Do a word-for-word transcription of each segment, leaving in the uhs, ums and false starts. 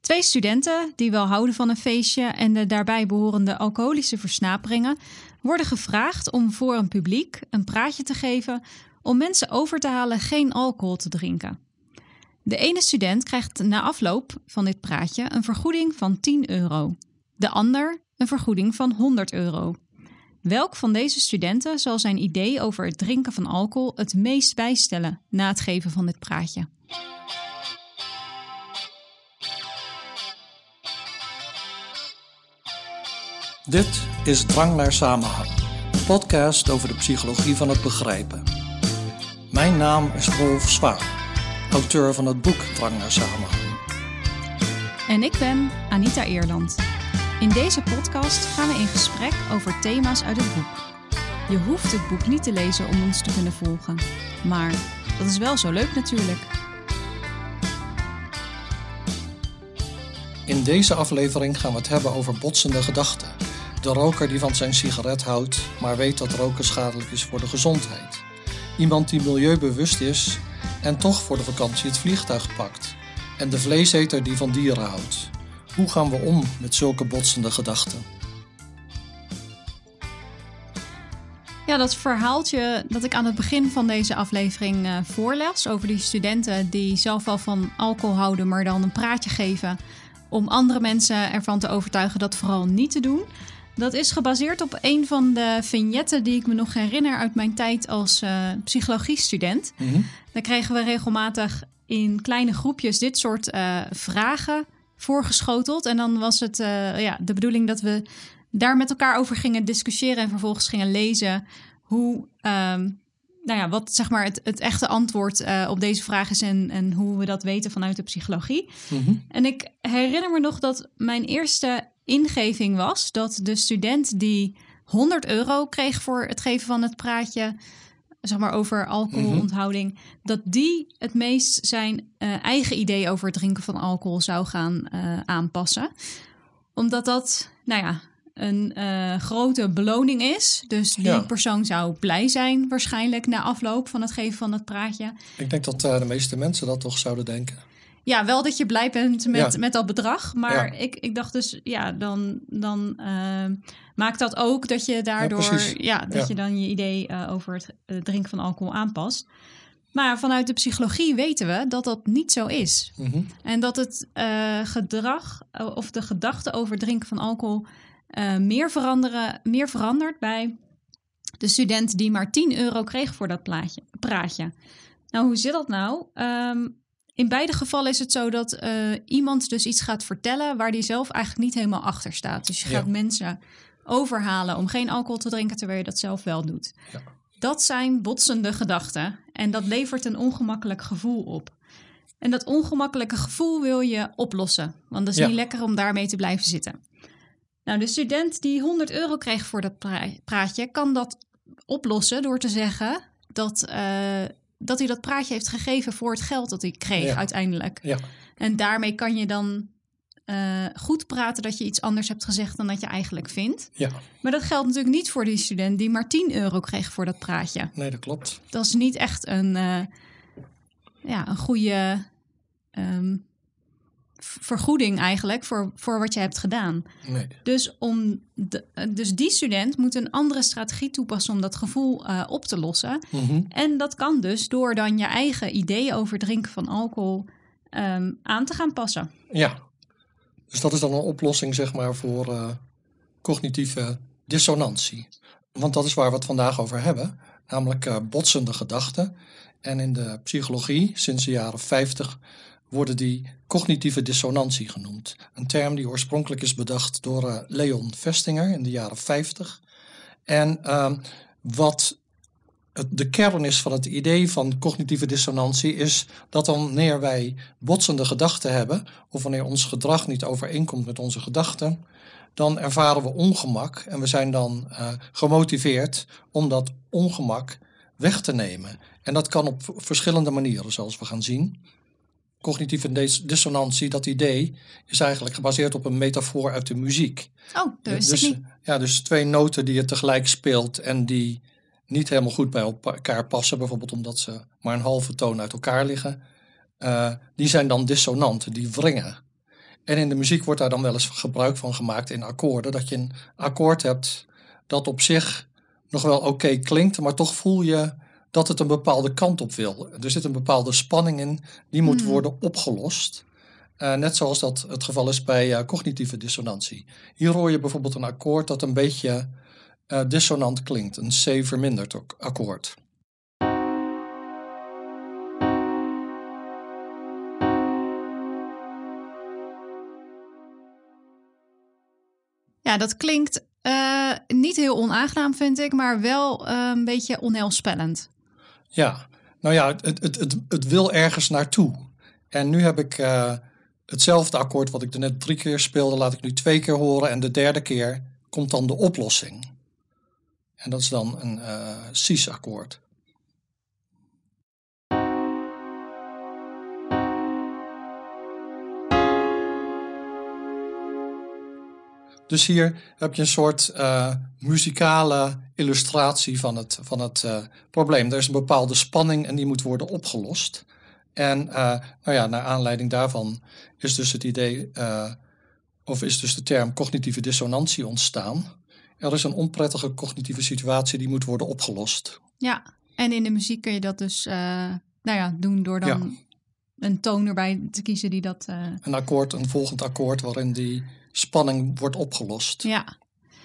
Twee studenten die wel houden van een feestje en de daarbij behorende alcoholische versnaperingen worden gevraagd om voor een publiek een praatje te geven om mensen over te halen geen alcohol te drinken. De ene student krijgt na afloop van dit praatje een vergoeding van tien euro. De ander een vergoeding van honderd euro. Welk van deze studenten zal zijn idee over het drinken van alcohol het meest bijstellen na het geven van dit praatje? Dit is Drang naar Samenhang, een podcast over de psychologie van het begrijpen. Mijn naam is Rolf Zwaan, auteur van het boek Drang naar Samenhang. En ik ben Anita Eerland. In deze podcast gaan we in gesprek over thema's uit het boek. Je hoeft het boek niet te lezen om ons te kunnen volgen. Maar dat is wel zo leuk natuurlijk. In deze aflevering gaan we het hebben over botsende gedachten. De roker die van zijn sigaret houdt, maar weet dat roken schadelijk is voor de gezondheid. Iemand die milieubewust is en toch voor de vakantie het vliegtuig pakt. En de vleeseter die van dieren houdt. Hoe gaan we om met zulke botsende gedachten? Ja, dat verhaaltje dat ik aan het begin van deze aflevering uh, voorlas over die studenten die zelf wel van alcohol houden, maar dan een praatje geven om andere mensen ervan te overtuigen dat vooral niet te doen. Dat is gebaseerd op een van de vignetten die ik me nog herinner uit mijn tijd als uh, psychologiestudent. Mm-hmm. Dan kregen we regelmatig in kleine groepjes dit soort uh, vragen voorgeschoteld. En dan was het uh, ja, de bedoeling dat we daar met elkaar over gingen discussiëren en vervolgens gingen lezen hoe, um, nou ja, wat zeg maar het, het echte antwoord uh, op deze vraag is en, en hoe we dat weten vanuit de psychologie. Mm-hmm. En ik herinner me nog dat mijn eerste ingeving was dat de student die honderd euro kreeg voor het geven van het praatje, zeg maar over alcoholonthouding, mm-hmm. dat die het meest zijn uh, eigen idee over het drinken van alcohol zou gaan uh, aanpassen. Omdat dat, nou ja, een uh, grote beloning is. Dus die ja. persoon zou blij zijn waarschijnlijk na afloop van het geven van het praatje. Ik denk dat uh, de meeste mensen dat toch zouden denken. Ja, wel dat je blij bent met, ja. met dat bedrag. Maar ja. ik, ik dacht dus, ja, dan, dan uh, maakt dat ook dat je daardoor, ja, ja dat ja. je dan je idee uh, over het uh, drinken van alcohol aanpast. Maar vanuit de psychologie weten we dat dat niet zo is. Mm-hmm. En dat het uh, gedrag uh, of de gedachte over het drinken van alcohol uh, meer, veranderen, meer verandert bij de student die maar tien euro kreeg voor dat plaatje, praatje. Nou, hoe zit dat nou? Um, In beide gevallen is het zo dat uh, iemand dus iets gaat vertellen waar die zelf eigenlijk niet helemaal achter staat. Dus je gaat ja. mensen overhalen om geen alcohol te drinken terwijl je dat zelf wel doet. Ja. Dat zijn botsende gedachten en dat levert een ongemakkelijk gevoel op. En dat ongemakkelijke gevoel wil je oplossen, want dat is ja. niet lekker om daarmee te blijven zitten. Nou, de student die honderd euro kreeg voor dat pra- praatje kan dat oplossen door te zeggen dat Uh, dat hij dat praatje heeft gegeven voor het geld dat hij kreeg ja. uiteindelijk. Ja. En daarmee kan je dan uh, goed praten dat je iets anders hebt gezegd dan dat je eigenlijk vindt. Ja. Maar dat geldt natuurlijk niet voor die student die maar tien euro kreeg voor dat praatje. Nee, dat klopt. Dat is niet echt een, uh, ja, een goede um, vergoeding eigenlijk voor, voor wat je hebt gedaan. Nee. Dus, om de, dus die student moet een andere strategie toepassen om dat gevoel uh, op te lossen. Mm-hmm. En dat kan dus door dan je eigen ideeën over het drinken van alcohol um, aan te gaan passen. Ja, dus dat is dan een oplossing zeg maar voor uh, cognitieve dissonantie. Want dat is waar we het vandaag over hebben, namelijk uh, botsende gedachten. En in de psychologie sinds de jaren vijftig worden die cognitieve dissonantie genoemd. Een term die oorspronkelijk is bedacht door uh, Leon Festinger in de jaren vijftig. En uh, wat het, de kern is van het idee van cognitieve dissonantie is dat wanneer wij botsende gedachten hebben, of wanneer ons gedrag niet overeenkomt met onze gedachten, dan ervaren we ongemak en we zijn dan uh, gemotiveerd om dat ongemak weg te nemen. En dat kan op verschillende manieren, zoals we gaan zien. Cognitieve dissonantie, dat idee, is eigenlijk gebaseerd op een metafoor uit de muziek. Oh, dat wist dus, ik niet. Ja, dus twee noten die je tegelijk speelt en die niet helemaal goed bij elkaar passen, bijvoorbeeld omdat ze maar een halve toon uit elkaar liggen, uh, die zijn dan dissonant, die wringen. En in de muziek wordt daar dan wel eens gebruik van gemaakt in akkoorden. Dat je een akkoord hebt dat op zich nog wel oké okay klinkt, maar toch voel je dat het een bepaalde kant op wil. Er zit een bepaalde spanning in, die moet mm. worden opgelost. Uh, net zoals dat het geval is bij uh, cognitieve dissonantie. Hier hoor je bijvoorbeeld een akkoord dat een beetje uh, dissonant klinkt. Een C verminderd akkoord. Ja, dat klinkt uh, niet heel onaangenaam, vind ik, maar wel uh, een beetje onheilspellend. Ja, nou ja, het, het, het, het wil ergens naartoe. En nu heb ik uh, hetzelfde akkoord wat ik er net drie keer speelde, laat ik nu twee keer horen. En de derde keer komt dan de oplossing. En dat is dan een uh, cis-akkoord. Dus hier heb je een soort uh, muzikale illustratie van het, van het uh, probleem. Er is een bepaalde spanning en die moet worden opgelost. En uh, nou ja, naar aanleiding daarvan is dus het idee, uh, of is dus de term cognitieve dissonantie ontstaan. Er is een onprettige cognitieve situatie die moet worden opgelost. Ja, en in de muziek kun je dat dus uh, nou ja, doen door dan ja. een toon erbij te kiezen die dat... Uh... Een akkoord, een volgend akkoord waarin die spanning wordt opgelost. Ja.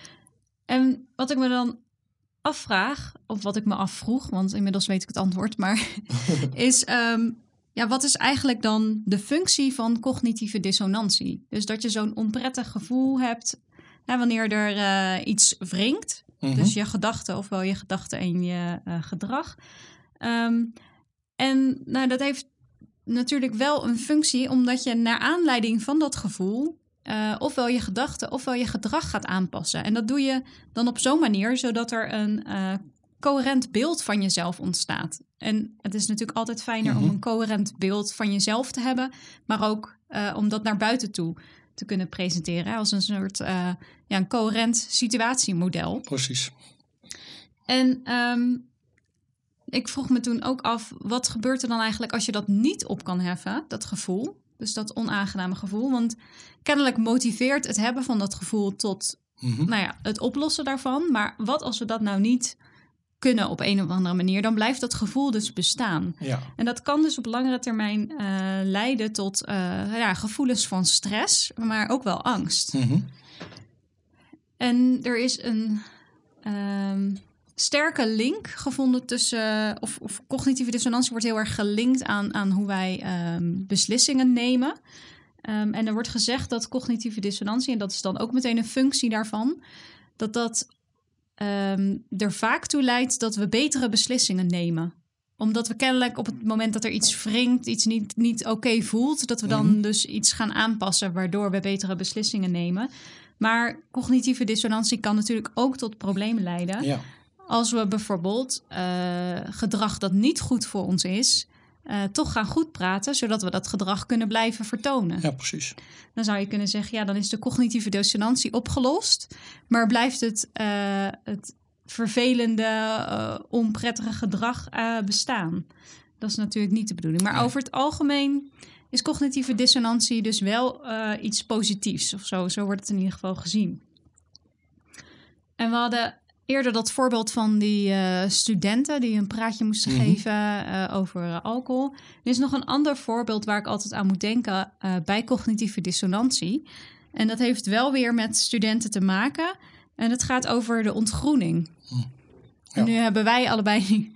En wat ik me dan afvraag, of wat ik me afvroeg, want inmiddels weet ik het antwoord, maar is, um, ja, wat is eigenlijk dan de functie van cognitieve dissonantie? Dus dat je zo'n onprettig gevoel hebt, hè, wanneer er uh, iets wringt, mm-hmm. dus je gedachten, ofwel je gedachten en je uh, gedrag. Um, en nou, dat heeft natuurlijk wel een functie, omdat je naar aanleiding van dat gevoel Uh, ofwel je gedachten ofwel je gedrag gaat aanpassen. En dat doe je dan op zo'n manier zodat er een uh, coherent beeld van jezelf ontstaat. En het is natuurlijk altijd fijner mm-hmm. om een coherent beeld van jezelf te hebben, maar ook uh, om dat naar buiten toe te kunnen presenteren als een soort uh, ja, een coherent situatiemodel. Precies. En um, ik vroeg me toen ook af, wat gebeurt er dan eigenlijk als je dat niet op kan heffen, dat gevoel? Dus dat onaangename gevoel. Want kennelijk motiveert het hebben van dat gevoel tot mm-hmm. nou ja, het oplossen daarvan. Maar wat als we dat nou niet kunnen op een of andere manier? Dan blijft dat gevoel dus bestaan. Ja. En dat kan dus op langere termijn uh, leiden tot uh, ja, gevoelens van stress, maar ook wel angst. Mm-hmm. En er is een Um, sterke link gevonden tussen, of, of cognitieve dissonantie wordt heel erg gelinkt aan, aan hoe wij um, beslissingen nemen. Um, en er wordt gezegd dat cognitieve dissonantie, en dat is dan ook meteen een functie daarvan, dat dat um, er vaak toe leidt dat we betere beslissingen nemen. Omdat we kennelijk op het moment dat er iets wringt, iets niet, niet oké okay voelt, dat we dan mm-hmm. dus iets gaan aanpassen waardoor we betere beslissingen nemen. Maar cognitieve dissonantie kan natuurlijk ook tot problemen leiden. Ja. Als we bijvoorbeeld uh, gedrag dat niet goed voor ons is, uh, toch gaan goed praten, zodat we dat gedrag kunnen blijven vertonen. Ja, precies. Dan zou je kunnen zeggen, ja, dan is de cognitieve dissonantie opgelost, maar blijft het, uh, het vervelende, uh, onprettige gedrag uh, bestaan. Dat is natuurlijk niet de bedoeling. Maar nee. Over het algemeen is cognitieve dissonantie dus wel uh, iets positiefs of zo. Zo wordt het in ieder geval gezien. En we hadden eerder dat voorbeeld van die uh, studenten die een praatje moesten mm-hmm. geven uh, over uh, alcohol. Er is nog een ander voorbeeld waar ik altijd aan moet denken uh, bij cognitieve dissonantie. En dat heeft wel weer met studenten te maken. En het gaat over de ontgroening. Ja. En nu hebben wij allebei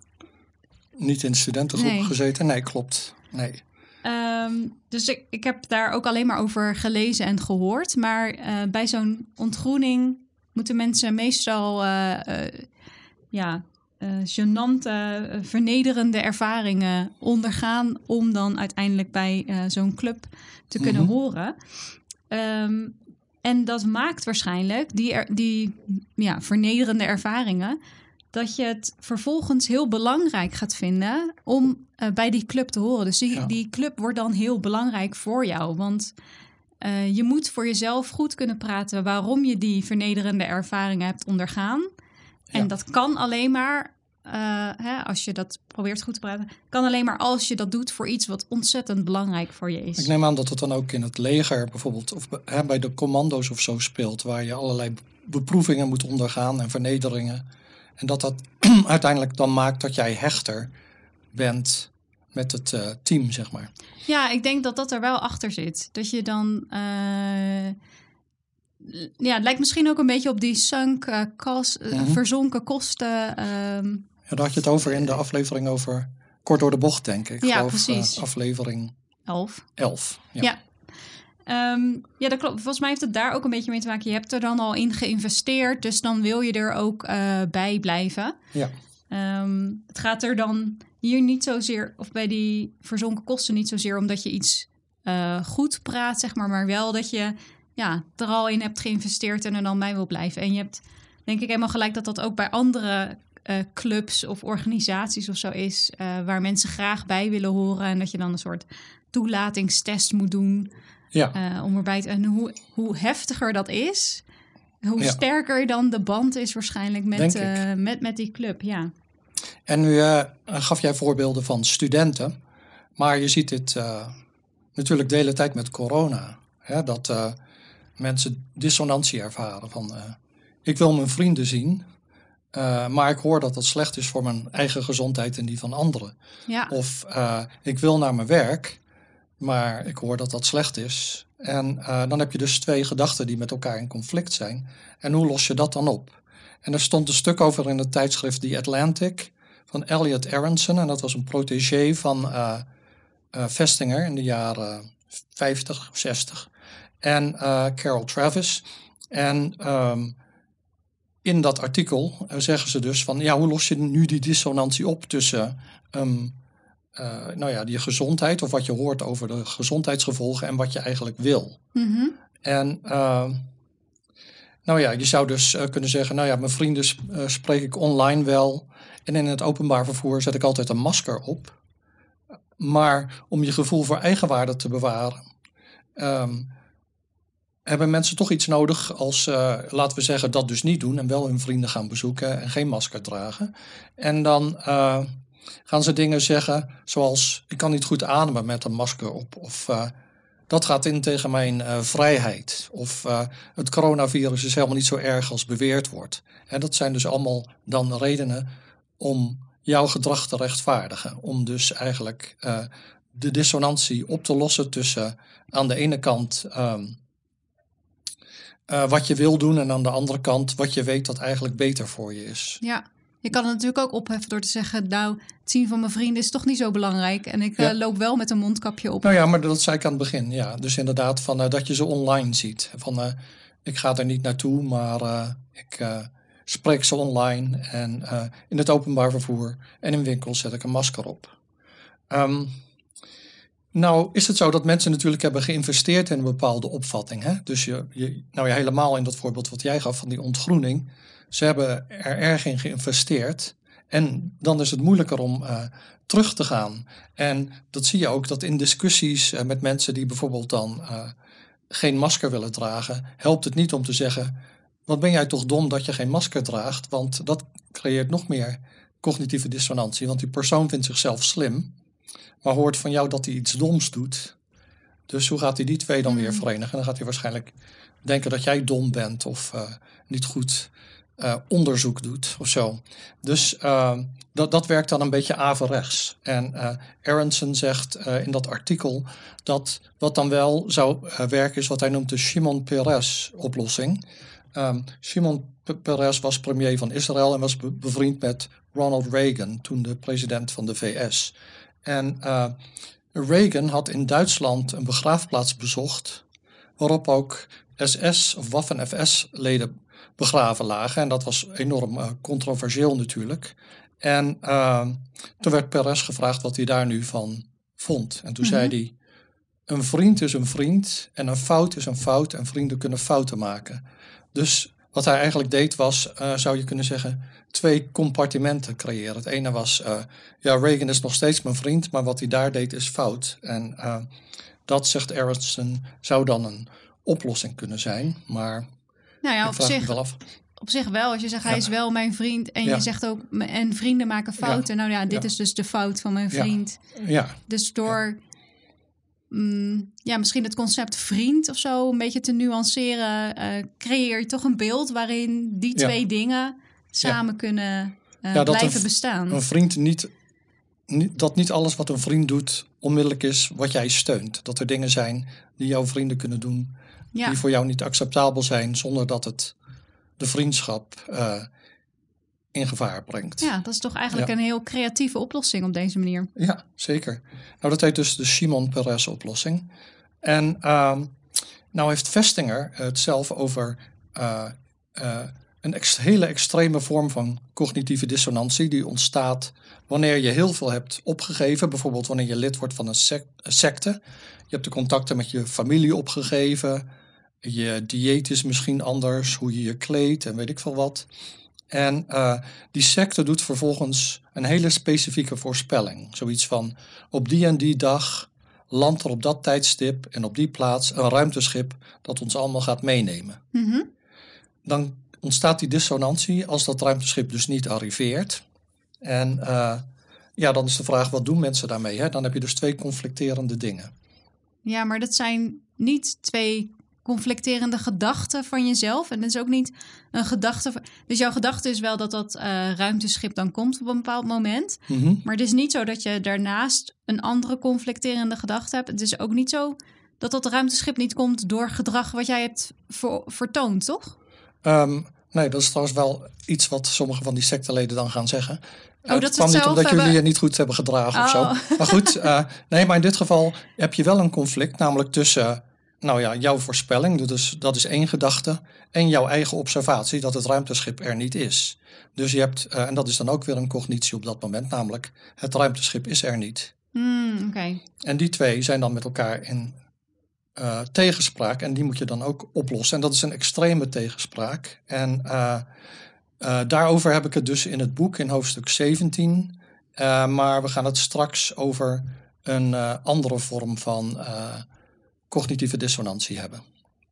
niet in de studentengroep nee. gezeten. Nee, klopt. Nee. Um, dus ik, ik heb daar ook alleen maar over gelezen en gehoord. Maar uh, bij zo'n ontgroening moeten mensen meestal uh, uh, ja, uh, gênante, uh, vernederende ervaringen ondergaan om dan uiteindelijk bij uh, zo'n club te mm-hmm. kunnen horen. Um, en dat maakt waarschijnlijk die, er, die ja, vernederende ervaringen, dat je het vervolgens heel belangrijk gaat vinden om uh, bij die club te horen. Dus die, ja. die club wordt dan heel belangrijk voor jou. Want uh, je moet voor jezelf goed kunnen praten waarom je die vernederende ervaringen hebt ondergaan. Ja. En dat kan alleen maar uh, hè, als je dat probeert goed te praten, kan alleen maar als je dat doet voor iets wat ontzettend belangrijk voor je is. Ik neem aan dat het dan ook in het leger bijvoorbeeld, of hè, bij de commando's of zo speelt, waar je allerlei beproevingen moet ondergaan en vernederingen. En dat dat uiteindelijk dan maakt dat jij hechter bent met het uh, team, zeg maar. Ja, ik denk dat dat er wel achter zit. Dat je dan... Uh, ja, het lijkt misschien ook een beetje op die sunk uh, cost, uh, mm-hmm. verzonken kosten. Um... Ja, daar had je het over in de aflevering over Kort door de bocht, denk ik. Ja, geloof, precies. Uh, aflevering elf. elf, ja. ja. Um, ja, dat klopt. Volgens mij heeft het daar ook een beetje mee te maken. Je hebt er dan al in geïnvesteerd, dus dan wil je er ook uh, bij blijven. Ja. Um, het gaat er dan hier niet zozeer, of bij die verzonken kosten niet zozeer omdat je iets uh, goed praat, zeg maar, maar wel dat je ja, er al in hebt geïnvesteerd en er dan bij wil blijven. En je hebt, denk ik, helemaal gelijk dat dat ook bij andere uh, clubs of organisaties of zo is, uh, waar mensen graag bij willen horen en dat je dan een soort toelatingstest moet doen. Ja. Uh, om erbij te, en hoe, hoe heftiger dat is, hoe ja. sterker dan de band is waarschijnlijk met, uh, met, met die club. Ja. En nu uh, gaf jij voorbeelden van studenten, maar je ziet dit uh, natuurlijk de hele tijd met corona. Hè, dat uh, mensen dissonantie ervaren van uh, ik wil mijn vrienden zien, uh, maar ik hoor dat dat slecht is voor mijn eigen gezondheid en die van anderen. Ja. Of uh, ik wil naar mijn werk, maar ik hoor dat dat slecht is. En uh, dan heb je dus twee gedachten die met elkaar in conflict zijn. En hoe los je dat dan op? En er stond een stuk over in het tijdschrift The Atlantic van Elliot Aronson. En dat was een protégé van uh, uh, Vestinger in de jaren vijftig of zestig. En uh, Carol Travis. En um, in dat artikel uh, zeggen ze dus van, ja, hoe los je nu die dissonantie op tussen um, uh, nou ja, die gezondheid of wat je hoort over de gezondheidsgevolgen en wat je eigenlijk wil. Mm-hmm. En uh, nou ja, je zou dus uh, kunnen zeggen, nou ja, mijn vrienden uh, spreek ik online wel en in het openbaar vervoer zet ik altijd een masker op. Maar om je gevoel voor eigenwaarde te bewaren, um, hebben mensen toch iets nodig als, uh, laten we zeggen, dat dus niet doen en wel hun vrienden gaan bezoeken en geen masker dragen. En dan uh, gaan ze dingen zeggen zoals, ik kan niet goed ademen met een masker op. Of uh, dat gaat in tegen mijn uh, vrijheid. Of uh, het coronavirus is helemaal niet zo erg als beweerd wordt. En dat zijn dus allemaal dan redenen om jouw gedrag te rechtvaardigen. Om dus eigenlijk uh, de dissonantie op te lossen tussen aan de ene kant Um, Uh, wat je wil doen en aan de andere kant wat je weet dat eigenlijk beter voor je is. Ja, je kan het natuurlijk ook opheffen door te zeggen, nou, het zien van mijn vrienden is toch niet zo belangrijk en ik ja. uh, loop wel met een mondkapje op. Nou ja, maar dat zei ik aan het begin. Ja, dus inderdaad van uh, dat je ze online ziet. Van uh, ik ga er niet naartoe, maar uh, ik uh, spreek ze online en uh, in het openbaar vervoer en in winkels zet ik een masker op. Um, Nou is het zo dat mensen natuurlijk hebben geïnvesteerd in een bepaalde opvatting. Hè? Dus je, je, nou ja, helemaal in dat voorbeeld wat jij gaf van die ontgroening. Ze hebben er erg in geïnvesteerd. En dan is het moeilijker om uh, terug te gaan. En dat zie je ook dat in discussies uh, met mensen die bijvoorbeeld dan uh, geen masker willen dragen, helpt het niet om te zeggen, wat ben jij toch dom dat je geen masker draagt? Want dat creëert nog meer cognitieve dissonantie. Want die persoon vindt zichzelf slim, maar hoort van jou dat hij iets doms doet. Dus hoe gaat hij die twee dan mm. weer verenigen? Dan gaat hij waarschijnlijk denken dat jij dom bent of uh, niet goed uh, onderzoek doet of zo. Dus uh, dat, dat werkt dan een beetje averechts. En uh, Aronson zegt uh, in dat artikel dat wat dan wel zou uh, werken is wat hij noemt de Shimon Peres oplossing. Um, Shimon Peres was premier van Israël en was be- bevriend met Ronald Reagan, toen de president van de V S. En uh, Reagan had in Duitsland een begraafplaats bezocht waarop ook S S of Waffen-F S-leden begraven lagen. En dat was enorm uh, controversieel natuurlijk. En uh, toen werd Peres gevraagd wat hij daar nu van vond. En toen mm-hmm. zei hij, een vriend is een vriend en een fout is een fout en vrienden kunnen fouten maken. Dus wat hij eigenlijk deed was, uh, zou je kunnen zeggen, twee compartimenten creëren. Het ene was, uh, ja, Reagan is nog steeds mijn vriend, maar wat hij daar deed is fout. En uh, dat, zegt Aronson, zou dan een oplossing kunnen zijn. Maar nou ja, ik op vraag zich, me wel af. op zich wel. Als je zegt, hij ja. is wel mijn vriend. En ja. je zegt ook, en vrienden maken fouten. Ja. Nou ja, dit ja. is dus de fout van mijn vriend. Ja. Ja. Dus door... Ja. Mm, ja, misschien het concept vriend of zo een beetje te nuanceren, uh, creëer je toch een beeld waarin die twee ja. dingen samen ja. kunnen uh, ja, blijven een, bestaan. Een vriend niet, niet, dat niet alles wat een vriend doet onmiddellijk is wat jij steunt. Dat er dingen zijn die jouw vrienden kunnen doen, ja. die voor jou niet acceptabel zijn, zonder dat het de vriendschap uh, in gevaar brengt. Ja, dat is toch eigenlijk ja. een heel creatieve oplossing op deze manier. Ja, zeker. Nou, dat heet dus de Shimon Peres oplossing. En uh, nou heeft Vestinger het zelf over uh, uh, een ex- hele extreme vorm van cognitieve dissonantie die ontstaat wanneer je heel veel hebt opgegeven. Bijvoorbeeld wanneer je lid wordt van een, sec- een secte. Je hebt de contacten met je familie opgegeven. Je dieet is misschien anders, hoe je je kleedt en weet ik veel wat. En uh, die secte doet vervolgens een hele specifieke voorspelling. Zoiets van, op die en die dag landt er op dat tijdstip en op die plaats een ruimteschip dat ons allemaal gaat meenemen. Mm-hmm. Dan ontstaat die dissonantie als dat ruimteschip dus niet arriveert. En uh, ja, dan is de vraag, wat doen mensen daarmee? Hè? Dan heb je dus twee conflicterende dingen. Ja, maar dat zijn niet twee conflicterende gedachten van jezelf. En dat is ook niet een gedachte van... Dus jouw gedachte is wel dat dat uh, ruimteschip dan komt op een bepaald moment. Mm-hmm. Maar het is niet zo dat je daarnaast een andere conflicterende gedachte hebt. Het is ook niet zo dat dat ruimteschip niet komt door gedrag wat jij hebt ver- vertoond, toch? Um, nee, dat is trouwens wel iets wat sommige van die secteleden dan gaan zeggen. Oh, dat het kwam niet omdat hebben... jullie je niet goed hebben gedragen oh. of zo. Maar goed, uh, nee, maar in dit geval heb je wel een conflict, namelijk tussen... Nou ja, jouw voorspelling, dus dat is één gedachte, en jouw eigen observatie dat het ruimteschip er niet is. Dus je hebt, uh, en dat is dan ook weer een cognitie op dat moment, namelijk het ruimteschip is er niet. Mm, okay. En die twee zijn dan met elkaar in uh, tegenspraak en die moet je dan ook oplossen. En dat is een extreme tegenspraak. En uh, uh, daarover heb ik het dus in het boek in hoofdstuk zeventien. Uh, maar we gaan het straks over een uh, andere vorm van... Uh, cognitieve dissonantie hebben.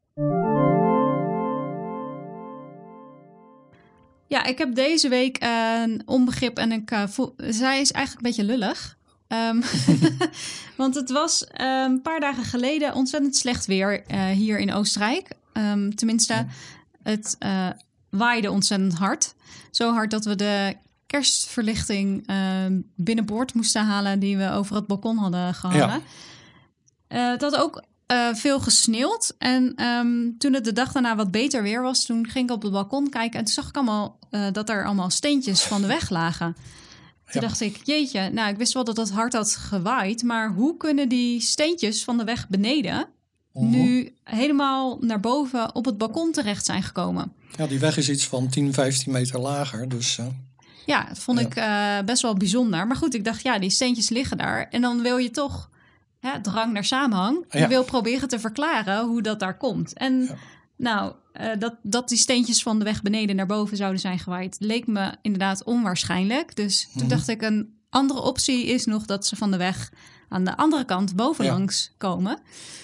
Ja, ik heb deze week uh, een onbegrip en ik uh, voel... Zij is eigenlijk een beetje lullig. Um, want het was uh, een paar dagen geleden ontzettend slecht weer uh, hier in Oostenrijk. Um, tenminste, ja. het uh, waaide ontzettend hard. Zo hard dat we de kerstverlichting uh, binnenboord moesten halen... die we over het balkon hadden gehangen. Ja. Uh, het had ook... Uh, veel gesneeuwd. En um, toen het de dag daarna wat beter weer was... toen ging ik op het balkon kijken... en toen zag ik allemaal uh, dat er allemaal steentjes van de weg lagen. Toen ja. dacht ik, jeetje, nou, ik wist wel dat het hard had gewaaid... maar hoe kunnen die steentjes van de weg beneden... Oh. nu helemaal naar boven op het balkon terecht zijn gekomen? Ja, die weg is iets van tien, vijftien meter lager, dus... Uh... Ja, dat vond ja. ik uh, best wel bijzonder. Maar goed, ik dacht, ja, die steentjes liggen daar... en dan wil je toch... Ja, drang naar samenhang. Je ja. wil proberen te verklaren hoe dat daar komt. En ja. nou, uh, dat, dat die steentjes van de weg beneden naar boven zouden zijn gewaaid... leek me inderdaad onwaarschijnlijk. Dus mm-hmm. toen dacht ik, een andere optie is nog... dat ze van de weg aan de andere kant bovenlangs ja. komen.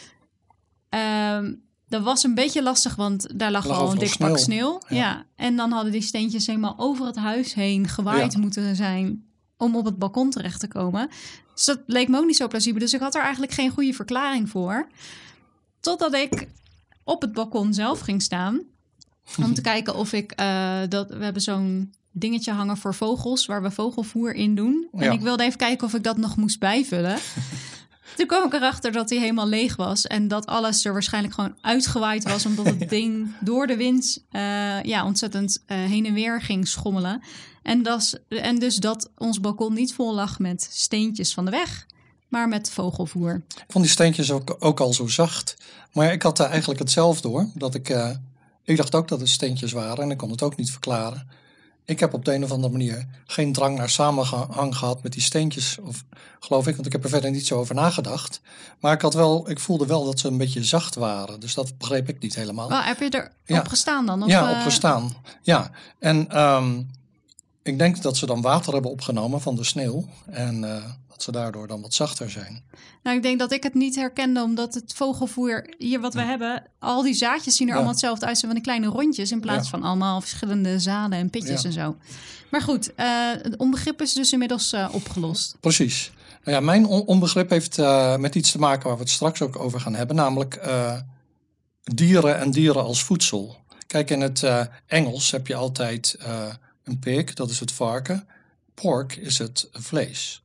Um, dat was een beetje lastig, want daar lag, lag al een dik pak sneeuw. Ja. ja. En dan hadden die steentjes helemaal over het huis heen gewaaid ja. moeten zijn... om op het balkon terecht te komen... Dus dat leek me ook niet zo plausibel. Dus ik had er eigenlijk geen goede verklaring voor. Totdat ik op het balkon zelf ging staan. Om te kijken of ik... Uh, dat, we hebben zo'n dingetje hangen voor vogels... waar we vogelvoer in doen. En ja. ik wilde even kijken of ik dat nog moest bijvullen. Toen kwam ik erachter dat hij helemaal leeg was. En dat alles er waarschijnlijk gewoon uitgewaaid was... omdat het ding door de wind uh, ja, ontzettend uh, heen en weer ging schommelen... En, das, en dus dat ons balkon niet vol lag met steentjes van de weg, maar met vogelvoer. Ik vond die steentjes ook, ook al zo zacht. Maar ik had uh, eigenlijk hetzelfde hoor. Dat ik, uh, ik dacht ook dat het steentjes waren en ik kon het ook niet verklaren. Ik heb op de een of andere manier geen drang naar samenhang gehad met die steentjes, of, geloof ik. Want ik heb er verder niet zo over nagedacht. Maar ik, had wel, ik voelde wel dat ze een beetje zacht waren. Dus dat begreep ik niet helemaal. Oh, heb je er ja. op gestaan dan? Of, ja, uh... op gestaan. Ja, en... Um, Ik denk dat ze dan water hebben opgenomen van de sneeuw. En uh, Dat ze daardoor dan wat zachter zijn. Nou, ik denk dat ik het niet herkende, omdat het vogelvoer hier wat we ja. hebben, al die zaadjes zien er ja. allemaal hetzelfde uit, van die kleine rondjes, in plaats ja. van allemaal verschillende zaden en pitjes ja. en zo. Maar goed, uh, het onbegrip is dus inmiddels uh, opgelost. Precies. Nou ja, mijn on- onbegrip heeft uh, met iets te maken waar we het straks ook over gaan hebben, namelijk uh, dieren en dieren als voedsel. Kijk, in het uh, Engels heb je altijd uh, een pig, dat is het varken. Pork is het vlees.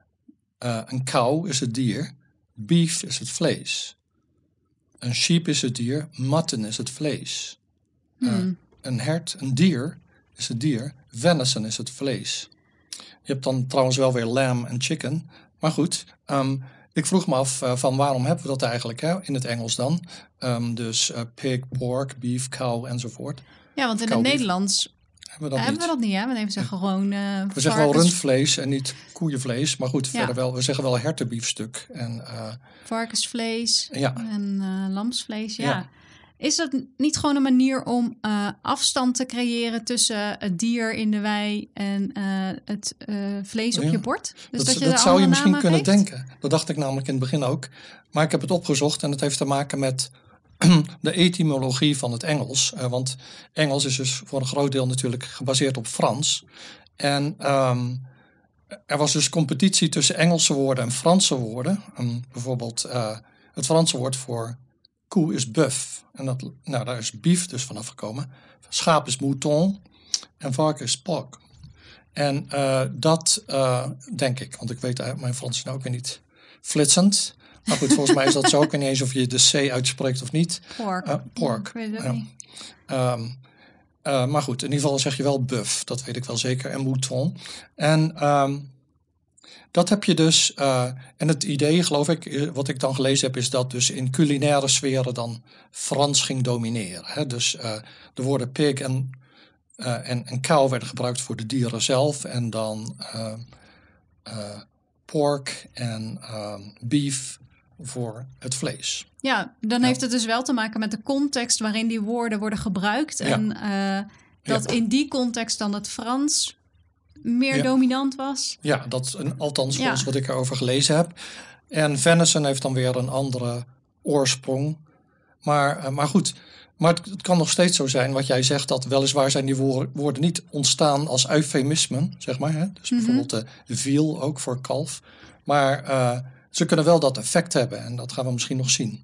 Uh, een cow is het dier. Beef is het vlees. Een sheep is het dier. Mutton is het vlees. Uh, hmm. Een hert, een dier, is het dier. Venison is het vlees. Je hebt dan trouwens wel weer lamb en chicken. Maar goed, um, ik vroeg me af uh, van waarom hebben we dat eigenlijk hè, in het Engels dan? Um, dus uh, pig, pork, beef, cow enzovoort. Ja, want in cow het beef. Nederlands hebben we dat, hebben we dat niet. Hè? We zeggen gewoon uh, We varkens... zeggen wel rundvlees en niet koeienvlees. Maar goed, ja. verder wel, we zeggen wel hertenbiefstuk. En, uh, varkensvlees ja. en uh, lamsvlees, ja. ja. Is dat niet gewoon een manier om uh, afstand te creëren tussen het dier in de wei en uh, het uh, vlees op ja. je bord? Dus dat dat, je dat zou je misschien geeft? kunnen denken. Dat dacht ik namelijk in het begin ook. Maar ik heb het opgezocht en het heeft te maken met de etymologie van het Engels. Uh, want Engels is dus voor een groot deel natuurlijk gebaseerd op Frans. En um, er was dus competitie tussen Engelse woorden en Franse woorden. Um, bijvoorbeeld uh, het Franse woord voor koe is bœuf. En dat, nou, daar is beef dus vanaf gekomen. Schaap is mouton en varken is porc. En uh, dat uh, denk ik, want ik weet uh, mijn Frans is nou ook weer niet flitsend. Maar goed, volgens mij is dat zo. Ik weet niet eens of je de C uitspreekt of niet. Pork. Uh, pork. Ja, ik weet het ja. niet. Um, uh, maar goed, in ieder geval zeg je wel bœuf. Dat weet ik wel zeker. En mouton. En um, dat heb je dus... Uh, en het idee, geloof ik, wat ik dan gelezen heb, is dat dus in culinaire sferen dan Frans ging domineren. Hè? Dus uh, de woorden pig en, uh, en, en cow werden gebruikt voor de dieren zelf. En dan uh, uh, pork en uh, beef voor het vlees. Ja, dan ja. heeft het dus wel te maken met de context waarin die woorden worden gebruikt. Ja. En uh, dat ja. in die context dan het Frans meer ja. dominant was. Ja, dat althans volgens ja. wat ik erover gelezen heb. En venison heeft dan weer een andere oorsprong. Maar, uh, maar goed, maar het, het kan nog steeds zo zijn wat jij zegt, dat weliswaar zijn die woorden niet ontstaan als eufemismen, zeg maar. Hè? Dus mm-hmm. bijvoorbeeld de uh, veal ook voor kalf. Maar uh, ze kunnen wel dat effect hebben en dat gaan we misschien nog zien.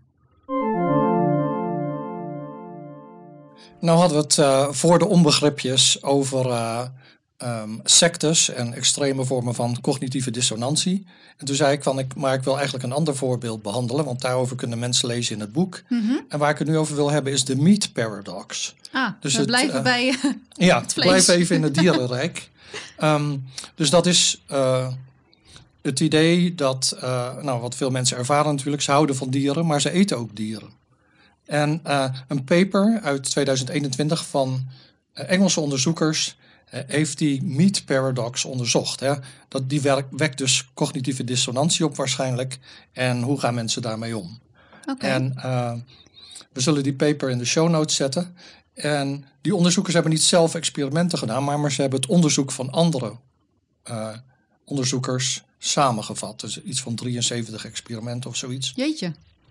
Nou hadden we het uh, voor de onbegripjes over uh, um, sectes en extreme vormen van cognitieve dissonantie. En toen zei ik van, ik, maar ik wil eigenlijk een ander voorbeeld behandelen, want daarover kunnen mensen lezen in het boek. Mm-hmm. En waar ik het nu over wil hebben is de meat paradox. Ah, dus we het, blijven uh, bij uh, ja, het vlees. blijven even in het dierenrijk. um, dus dat is uh, het idee dat, uh, nou wat veel mensen ervaren natuurlijk, ze houden van dieren, maar ze eten ook dieren. En uh, een paper uit tweeduizend eenentwintig van uh, Engelse onderzoekers uh, heeft die meat paradox onderzocht. Hè. Dat, die werk, wekt dus cognitieve dissonantie op waarschijnlijk. En hoe gaan mensen daarmee om? Okay. En uh, we zullen die paper in de show notes zetten. En die onderzoekers hebben niet zelf experimenten gedaan, maar, maar ze hebben het onderzoek van andere uh, onderzoekers samengevat. Dus iets van drieënzeventig experimenten of zoiets. Jeetje.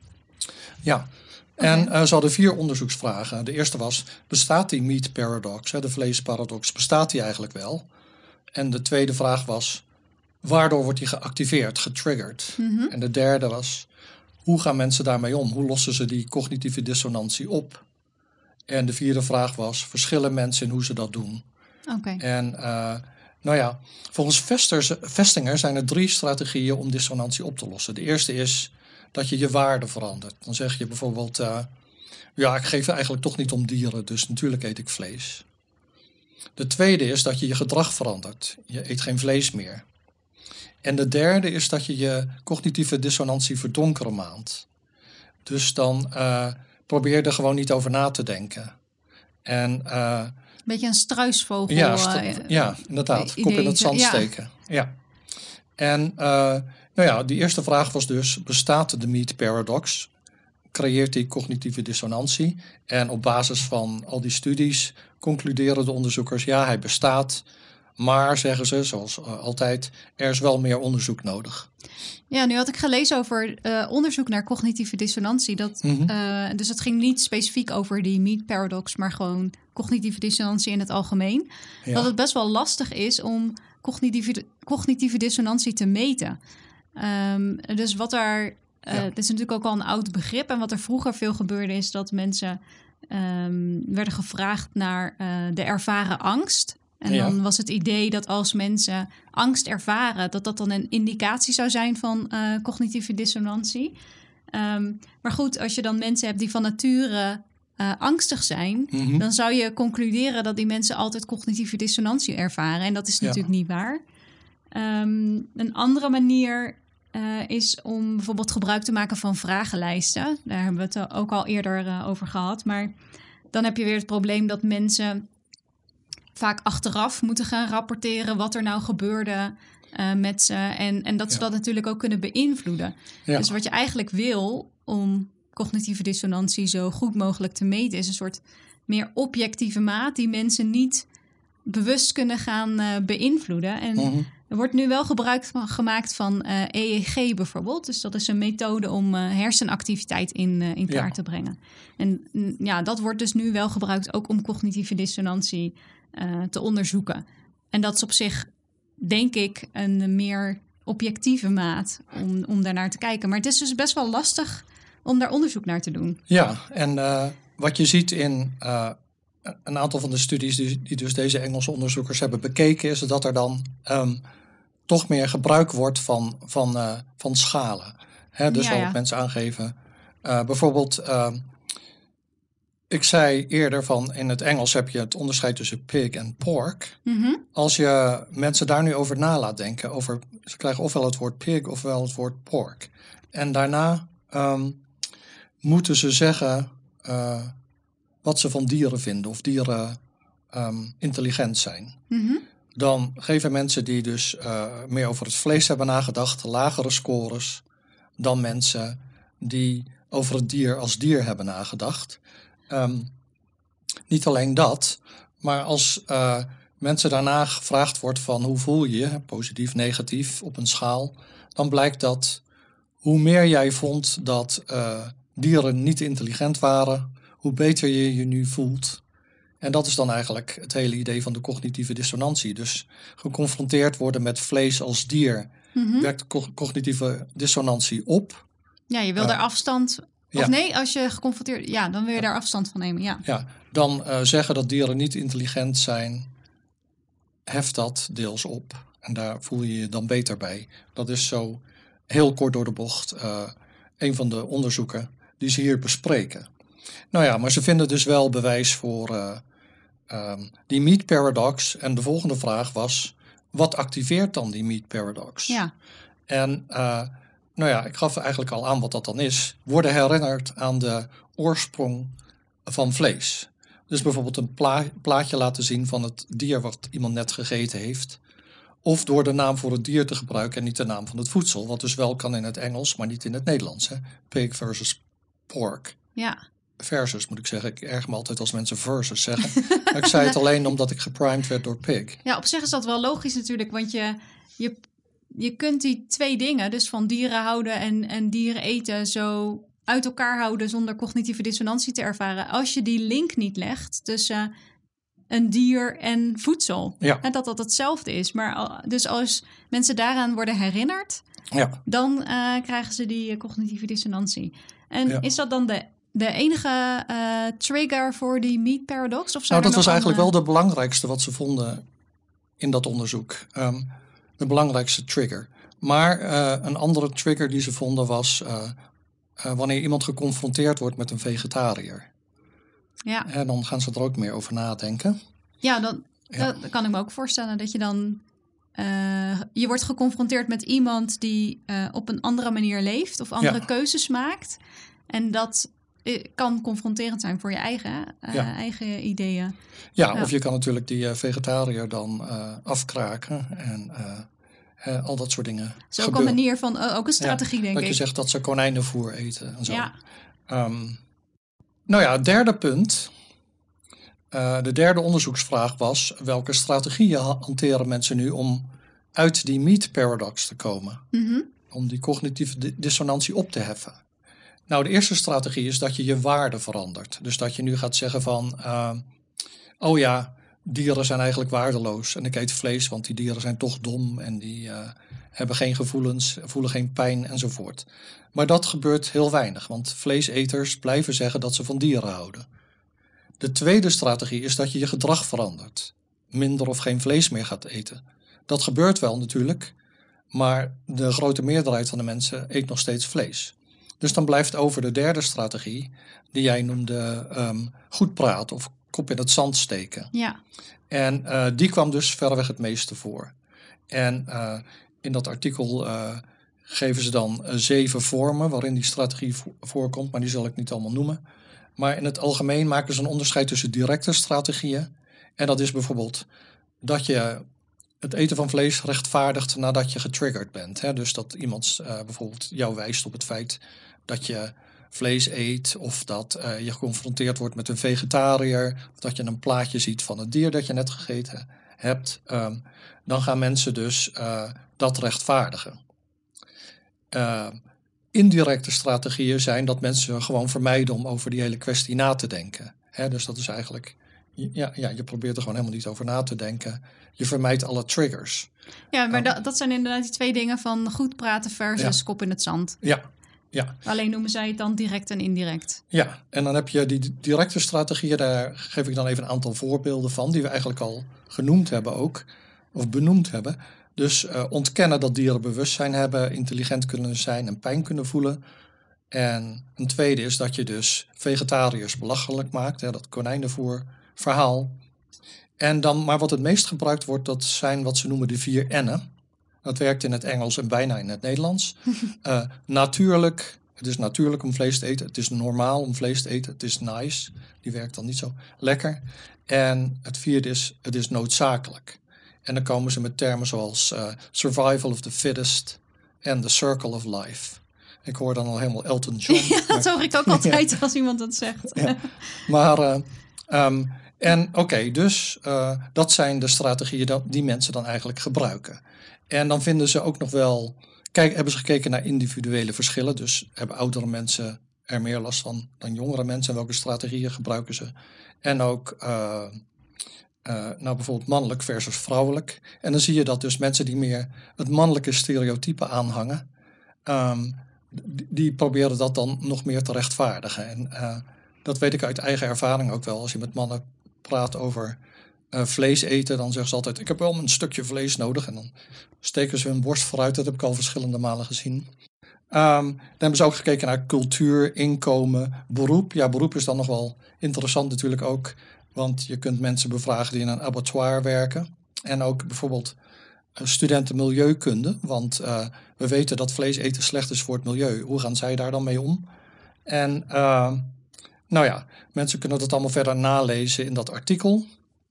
Ja. Okay. En uh, ze hadden vier onderzoeksvragen. De eerste was, bestaat die meat paradox, hè, de vleesparadox, bestaat die eigenlijk wel? En de tweede vraag was, waardoor wordt die geactiveerd, getriggerd? Mm-hmm. En de derde was, hoe gaan mensen daarmee om? Hoe lossen ze die cognitieve dissonantie op? En de vierde vraag was, verschillen mensen in hoe ze dat doen? Okay. En uh, nou ja, volgens Vesters, Vestinger zijn er drie strategieën om dissonantie op te lossen. De eerste is dat je je waarde verandert. Dan zeg je bijvoorbeeld, uh, ja, ik geef eigenlijk toch niet om dieren, dus natuurlijk eet ik vlees. De tweede is dat je je gedrag verandert. Je eet geen vlees meer. En de derde is dat je je cognitieve dissonantie verdonkeren maand. Dus dan uh, probeer er gewoon niet over na te denken. En uh, beetje een struisvogel. Ja, st- uh, ja inderdaad. Idee. Kop in het zand ja. steken. Ja. En uh, nou ja, die eerste vraag was dus, bestaat de meat paradox? Creëert die cognitieve dissonantie? En op basis van al die studies concluderen de onderzoekers, ja, hij bestaat. Maar zeggen ze, zoals uh, altijd, er is wel meer onderzoek nodig. Ja, nu had ik gelezen over uh, onderzoek naar cognitieve dissonantie. Dat, mm-hmm. uh, dus het ging niet specifiek over die meat paradox, maar gewoon cognitieve dissonantie in het algemeen. Ja. Dat het best wel lastig is om cognitieve, cognitieve dissonantie te meten. Um, dus wat er, uh, ja. het is natuurlijk ook al een oud begrip. En wat er vroeger veel gebeurde is dat mensen um, werden gevraagd naar uh, de ervaren angst. En ja. dan was het idee dat als mensen angst ervaren, dat dat dan een indicatie zou zijn van uh, cognitieve dissonantie. Um, maar goed, als je dan mensen hebt die van nature uh, angstig zijn, mm-hmm. dan zou je concluderen dat die mensen altijd cognitieve dissonantie ervaren. En dat is natuurlijk ja. niet waar. Um, een andere manier uh, is om bijvoorbeeld gebruik te maken van vragenlijsten. Daar hebben we het ook al eerder uh, over gehad. Maar dan heb je weer het probleem dat mensen vaak achteraf moeten gaan rapporteren wat er nou gebeurde uh, met ze. En, en dat ze ja. dat natuurlijk ook kunnen beïnvloeden. Ja. Dus wat je eigenlijk wil om cognitieve dissonantie zo goed mogelijk te meten, is een soort meer objectieve maat die mensen niet bewust kunnen gaan uh, beïnvloeden. En mm-hmm. er wordt nu wel gebruik gemaakt van uh, E E G bijvoorbeeld. Dus dat is een methode om uh, hersenactiviteit in, uh, in kaart ja. te brengen. En n- ja, dat wordt dus nu wel gebruikt ook om cognitieve dissonantie Uh, te onderzoeken. En dat is op zich, denk ik, een meer objectieve maat om, om daarnaar te kijken. Maar het is dus best wel lastig om daar onderzoek naar te doen. Ja, en uh, wat je ziet in uh, een aantal van de studies die, die dus deze Engelse onderzoekers hebben bekeken, is dat er dan um, toch meer gebruik wordt van, van, uh, van schalen. Hè, dus ja, waarop ja. mensen aangeven. Uh, bijvoorbeeld, uh, ik zei eerder van in het Engels heb je het onderscheid tussen pig en pork. Mm-hmm. Als je mensen daar nu over na laat denken, over, ze krijgen ofwel het woord pig ofwel het woord pork. En daarna um, moeten ze zeggen uh, wat ze van dieren vinden of dieren um, intelligent zijn. Mm-hmm. Dan geven mensen die dus uh, meer over het vlees hebben nagedacht lagere scores dan mensen die over het dier als dier hebben nagedacht. Um, niet alleen dat, maar als uh, mensen daarna gevraagd wordt van hoe voel je je, positief, negatief, op een schaal, dan blijkt dat hoe meer jij vond dat uh, dieren niet intelligent waren, hoe beter je je nu voelt. En dat is dan eigenlijk het hele idee van de cognitieve dissonantie. Dus geconfronteerd worden met vlees als dier, mm-hmm. werkt co- cognitieve dissonantie op. Ja, je wil uh, daar afstand. Of ja. nee, als je geconfronteerd... Ja, dan wil je daar afstand van nemen, ja. Ja, dan uh, zeggen dat dieren niet intelligent zijn, heft dat deels op. En daar voel je je dan beter bij. Dat is zo heel kort door de bocht uh, een van de onderzoeken die ze hier bespreken. Nou ja, maar ze vinden dus wel bewijs voor uh, um, die meat paradox. En de volgende vraag was, wat activeert dan die meat paradox? Ja. En uh, nou ja, ik gaf eigenlijk al aan wat dat dan is. Worden herinnerd aan de oorsprong van vlees. Dus bijvoorbeeld een pla- plaatje laten zien van het dier wat iemand net gegeten heeft. Of door de naam voor het dier te gebruiken en niet de naam van het voedsel. Wat dus wel kan in het Engels, maar niet in het Nederlands. Hè? Pig versus pork. Ja. Versus moet ik zeggen. Ik erg me altijd als mensen versus zeggen. Maar ik zei het alleen omdat ik geprimed werd door pig. Ja, op zich is dat wel logisch natuurlijk. Want je, je, je kunt die twee dingen, dus van dieren houden en, en dieren eten, zo uit elkaar houden zonder cognitieve dissonantie te ervaren. Als je die link niet legt tussen uh, een dier en voedsel. Ja. En dat dat hetzelfde is. Maar dus als mensen daaraan worden herinnerd, ja. dan uh, krijgen ze die uh, cognitieve dissonantie. En ja. is dat dan de, de enige uh, trigger voor die meat paradox? Of nou, dat was eigenlijk andere... wel de belangrijkste wat ze vonden in dat onderzoek. Um, de belangrijkste trigger. Maar uh, een andere trigger die ze vonden was uh, uh, wanneer iemand geconfronteerd wordt met een vegetariër. Ja. En dan gaan ze er ook meer over nadenken. Ja, dan, ja. dat kan ik me ook voorstellen. Dat je dan... Uh, je wordt geconfronteerd met iemand die uh, op een andere manier leeft. Of andere ja. keuzes maakt. En dat uh, kan confronterend zijn voor je eigen, uh, ja. eigen ideeën. Ja, ja, of je kan natuurlijk die uh, vegetariër dan uh, afkraken. En uh, uh, al dat soort dingen. Dat is ook gebeuren. Een manier van... Uh, ook een strategie, ja, denk dat ik. Dat je zegt dat ze konijnenvoer eten en zo. Ja. Um, nou ja, het derde punt Uh, de derde onderzoeksvraag was: welke strategieën hanteren mensen nu om uit die meat paradox te komen? Mm-hmm. Om die cognitieve dissonantie op te heffen. Nou, de eerste strategie is dat je je waarde verandert. Dus dat je nu gaat zeggen van, uh, oh ja, dieren zijn eigenlijk waardeloos. En ik eet vlees, want die dieren zijn toch dom en die uh, hebben geen gevoelens, voelen geen pijn enzovoort. Maar dat gebeurt heel weinig, want vleeseters blijven zeggen dat ze van dieren houden. De tweede strategie is dat je je gedrag verandert. Minder of geen vlees meer gaat eten. Dat gebeurt wel natuurlijk, maar de grote meerderheid van de mensen eet nog steeds vlees. Dus dan blijft over de derde strategie, die jij noemde um, goed praten of kop in het zand steken. Ja. En uh, die kwam dus verreweg het meeste voor. En uh, in dat artikel uh, geven ze dan uh, zeven vormen waarin die strategie vo- voorkomt, maar die zal ik niet allemaal noemen. Maar in het algemeen maken ze een onderscheid tussen directe strategieën. En dat is bijvoorbeeld dat je het eten van vlees rechtvaardigt nadat je getriggerd bent. Hè? Dus dat iemand uh, bijvoorbeeld jou wijst op het feit dat je vlees eet, of dat uh, je geconfronteerd wordt met een vegetariër, of dat je een plaatje ziet van het dier dat je net gegeten hebt. Um, dan gaan mensen dus uh, dat rechtvaardigen. Uh, indirecte strategieën zijn dat mensen gewoon vermijden om over die hele kwestie na te denken. Hè? Dus dat is eigenlijk, ja, ja, je probeert er gewoon helemaal niet over na te denken. Je vermijdt alle triggers. Ja, maar um, dat, dat zijn inderdaad die twee dingen van goed praten versus ja. kop in het zand. Ja. Ja. Alleen noemen zij het dan direct en indirect. Ja, en dan heb je die directe strategieën, daar geef ik dan even een aantal voorbeelden van, die we eigenlijk al genoemd hebben ook, of benoemd hebben. Dus uh, ontkennen dat dieren bewustzijn hebben, intelligent kunnen zijn en pijn kunnen voelen. En een tweede is dat je dus vegetariërs belachelijk maakt, hè, dat konijnenvoer verhaal. En dan, maar wat het meest gebruikt wordt, dat zijn wat ze noemen de vier N'en. Dat werkt in het Engels en bijna in het Nederlands. Uh, natuurlijk, het is natuurlijk om vlees te eten. Het is normaal om vlees te eten. Het is nice, die werkt dan niet zo lekker. En het vierde is, het is noodzakelijk. En dan komen ze met termen zoals uh, survival of the fittest en the circle of life. Ik hoor dan al helemaal Elton John. Ja, dat hoor ik ook altijd ja. als iemand dat zegt. Ja. Maar, uh, um, en oké, okay, dus uh, dat zijn de strategieën dat die mensen dan eigenlijk gebruiken. En dan vinden ze ook nog wel, kijk, hebben ze gekeken naar individuele verschillen. Dus hebben oudere mensen er meer last van dan jongere mensen? En welke strategieën gebruiken ze? En ook, uh, uh, nou bijvoorbeeld mannelijk versus vrouwelijk. En dan zie je dat dus mensen die meer het mannelijke stereotype aanhangen, um, die, die proberen dat dan nog meer te rechtvaardigen. En uh, dat weet ik uit eigen ervaring ook wel. Als je met mannen praat over Uh, vlees eten, dan zeggen ze altijd, ik heb wel een stukje vlees nodig. En dan steken ze hun borst vooruit. Dat heb ik al verschillende malen gezien. Um, dan hebben ze ook gekeken naar cultuur, inkomen, beroep. Ja, beroep is dan nog wel interessant natuurlijk ook. Want je kunt mensen bevragen die in een abattoir werken. En ook bijvoorbeeld uh, studenten milieukunde. Want uh, we weten dat vlees eten slecht is voor het milieu. Hoe gaan zij daar dan mee om? En uh, nou ja, mensen kunnen dat allemaal verder nalezen in dat artikel.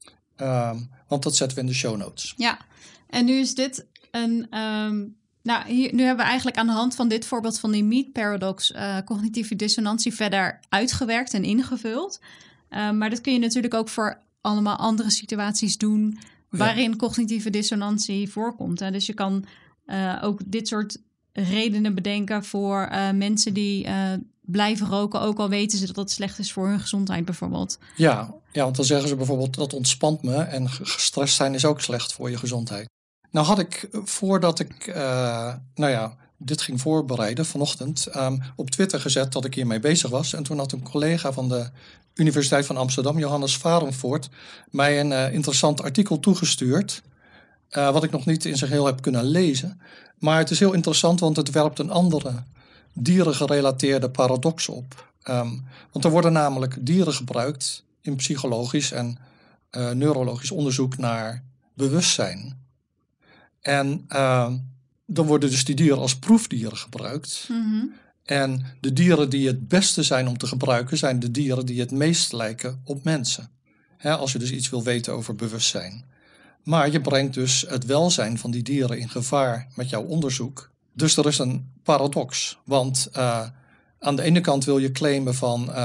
Um, want dat zetten we in de show notes. Ja, en nu is dit een... Um, nou, hier, nu hebben we eigenlijk aan de hand van dit voorbeeld van die meat paradox Uh, cognitieve dissonantie verder uitgewerkt en ingevuld. Uh, maar dat kun je natuurlijk ook voor allemaal andere situaties doen waarin ja. cognitieve dissonantie voorkomt. Hè? Dus je kan uh, ook dit soort redenen bedenken voor uh, mensen die uh, blijven roken, ook al weten ze dat dat slecht is voor hun gezondheid bijvoorbeeld. Ja, ja, want dan zeggen ze bijvoorbeeld dat ontspant me en gestrest zijn is ook slecht voor je gezondheid. Nou had ik voordat ik uh, nou ja, dit ging voorbereiden vanochtend um, op Twitter gezet dat ik hiermee bezig was. En toen had een collega van de Universiteit van Amsterdam, Johannes Varenvoort, mij een uh, interessant artikel toegestuurd. Uh, wat ik nog niet in zijn geheel heb kunnen lezen. Maar het is heel interessant, want het werpt een andere dierengerelateerde paradox op. Um, want er worden namelijk dieren gebruikt in psychologisch en uh, neurologisch onderzoek naar bewustzijn. En uh, dan worden dus die dieren als proefdieren gebruikt. Mm-hmm. En de dieren die het beste zijn om te gebruiken zijn de dieren die het meest lijken op mensen. Hè, als je dus iets wil weten over bewustzijn. Maar je brengt dus het welzijn van die dieren in gevaar met jouw onderzoek. Dus er is een paradox. Want uh, aan de ene kant wil je claimen van uh,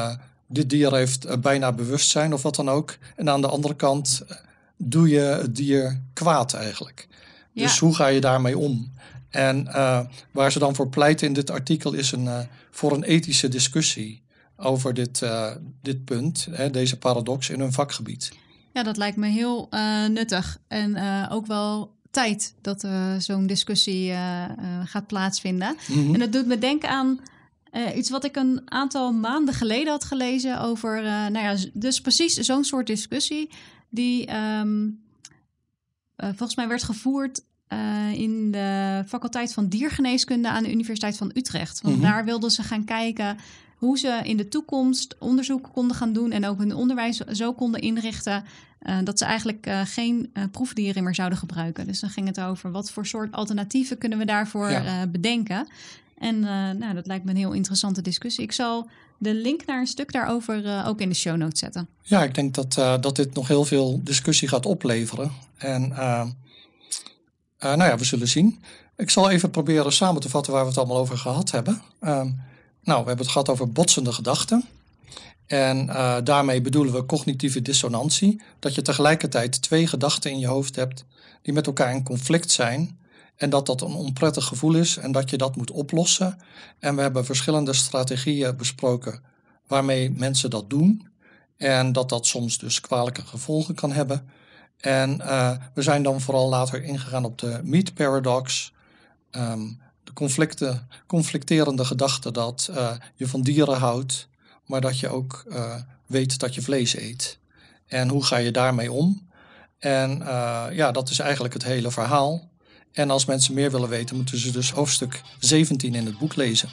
dit dier heeft uh, bijna bewustzijn of wat dan ook. En aan de andere kant uh, doe je het dier kwaad eigenlijk. Ja. Dus hoe ga je daarmee om? En uh, waar ze dan voor pleiten in dit artikel is een, uh, voor een ethische discussie over dit, uh, dit punt, hè, deze paradox in hun vakgebied. Ja, dat lijkt me heel uh, nuttig en uh, ook wel tijd dat uh, zo'n discussie uh, uh, gaat plaatsvinden. Mm-hmm. En dat doet me denken aan uh, iets wat ik een aantal maanden geleden had gelezen over, uh, nou ja, dus precies zo'n soort discussie die um, uh, volgens mij werd gevoerd Uh, in de faculteit van diergeneeskunde aan de Universiteit van Utrecht. Want mm-hmm. daar wilden ze gaan kijken hoe ze in de toekomst onderzoek konden gaan doen en ook hun onderwijs zo konden inrichten uh, dat ze eigenlijk uh, geen uh, proefdieren meer zouden gebruiken. Dus dan ging het over wat voor soort alternatieven kunnen we daarvoor ja. uh, bedenken. En uh, nou, dat lijkt me een heel interessante discussie. Ik zal de link naar een stuk daarover uh, ook in de show notes zetten. Ja, ik denk dat, uh, dat dit nog heel veel discussie gaat opleveren. En uh, Uh, nou ja, we zullen zien. Ik zal even proberen samen te vatten waar we het allemaal over gehad hebben. Uh, nou, we hebben het gehad over botsende gedachten. En uh, daarmee bedoelen we cognitieve dissonantie. Dat je tegelijkertijd twee gedachten in je hoofd hebt die met elkaar in conflict zijn. En dat dat een onprettig gevoel is en dat je dat moet oplossen. En we hebben verschillende strategieën besproken waarmee mensen dat doen. En dat dat soms dus kwalijke gevolgen kan hebben. En uh, we zijn dan vooral later ingegaan op de meat paradox. Um, de conflicten, conflicterende gedachte dat uh, je van dieren houdt, maar dat je ook uh, weet dat je vlees eet. En hoe ga je daarmee om? En uh, ja, dat is eigenlijk het hele verhaal. En als mensen meer willen weten, moeten ze dus hoofdstuk zeventien in het boek lezen.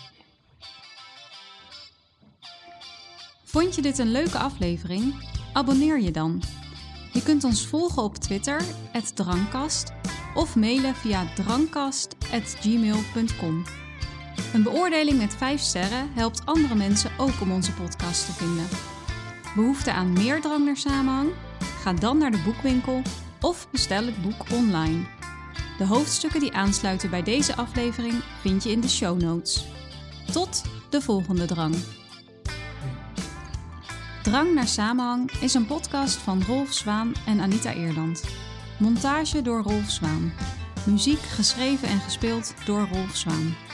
Vond je dit een leuke aflevering? Abonneer je dan. Je kunt ons volgen op Twitter, at Drangkast, of mailen via drangkast at gmail punt com. Een beoordeling met vijf sterren helpt andere mensen ook om onze podcast te vinden. Behoefte aan meer drang naar samenhang? Ga dan naar de boekwinkel of bestel het boek online. De hoofdstukken die aansluiten bij deze aflevering vind je in de show notes. Tot de volgende drang. Drang naar samenhang is een podcast van Rolf Zwaan en Anita Eerland. Montage door Rolf Zwaan. Muziek geschreven en gespeeld door Rolf Zwaan.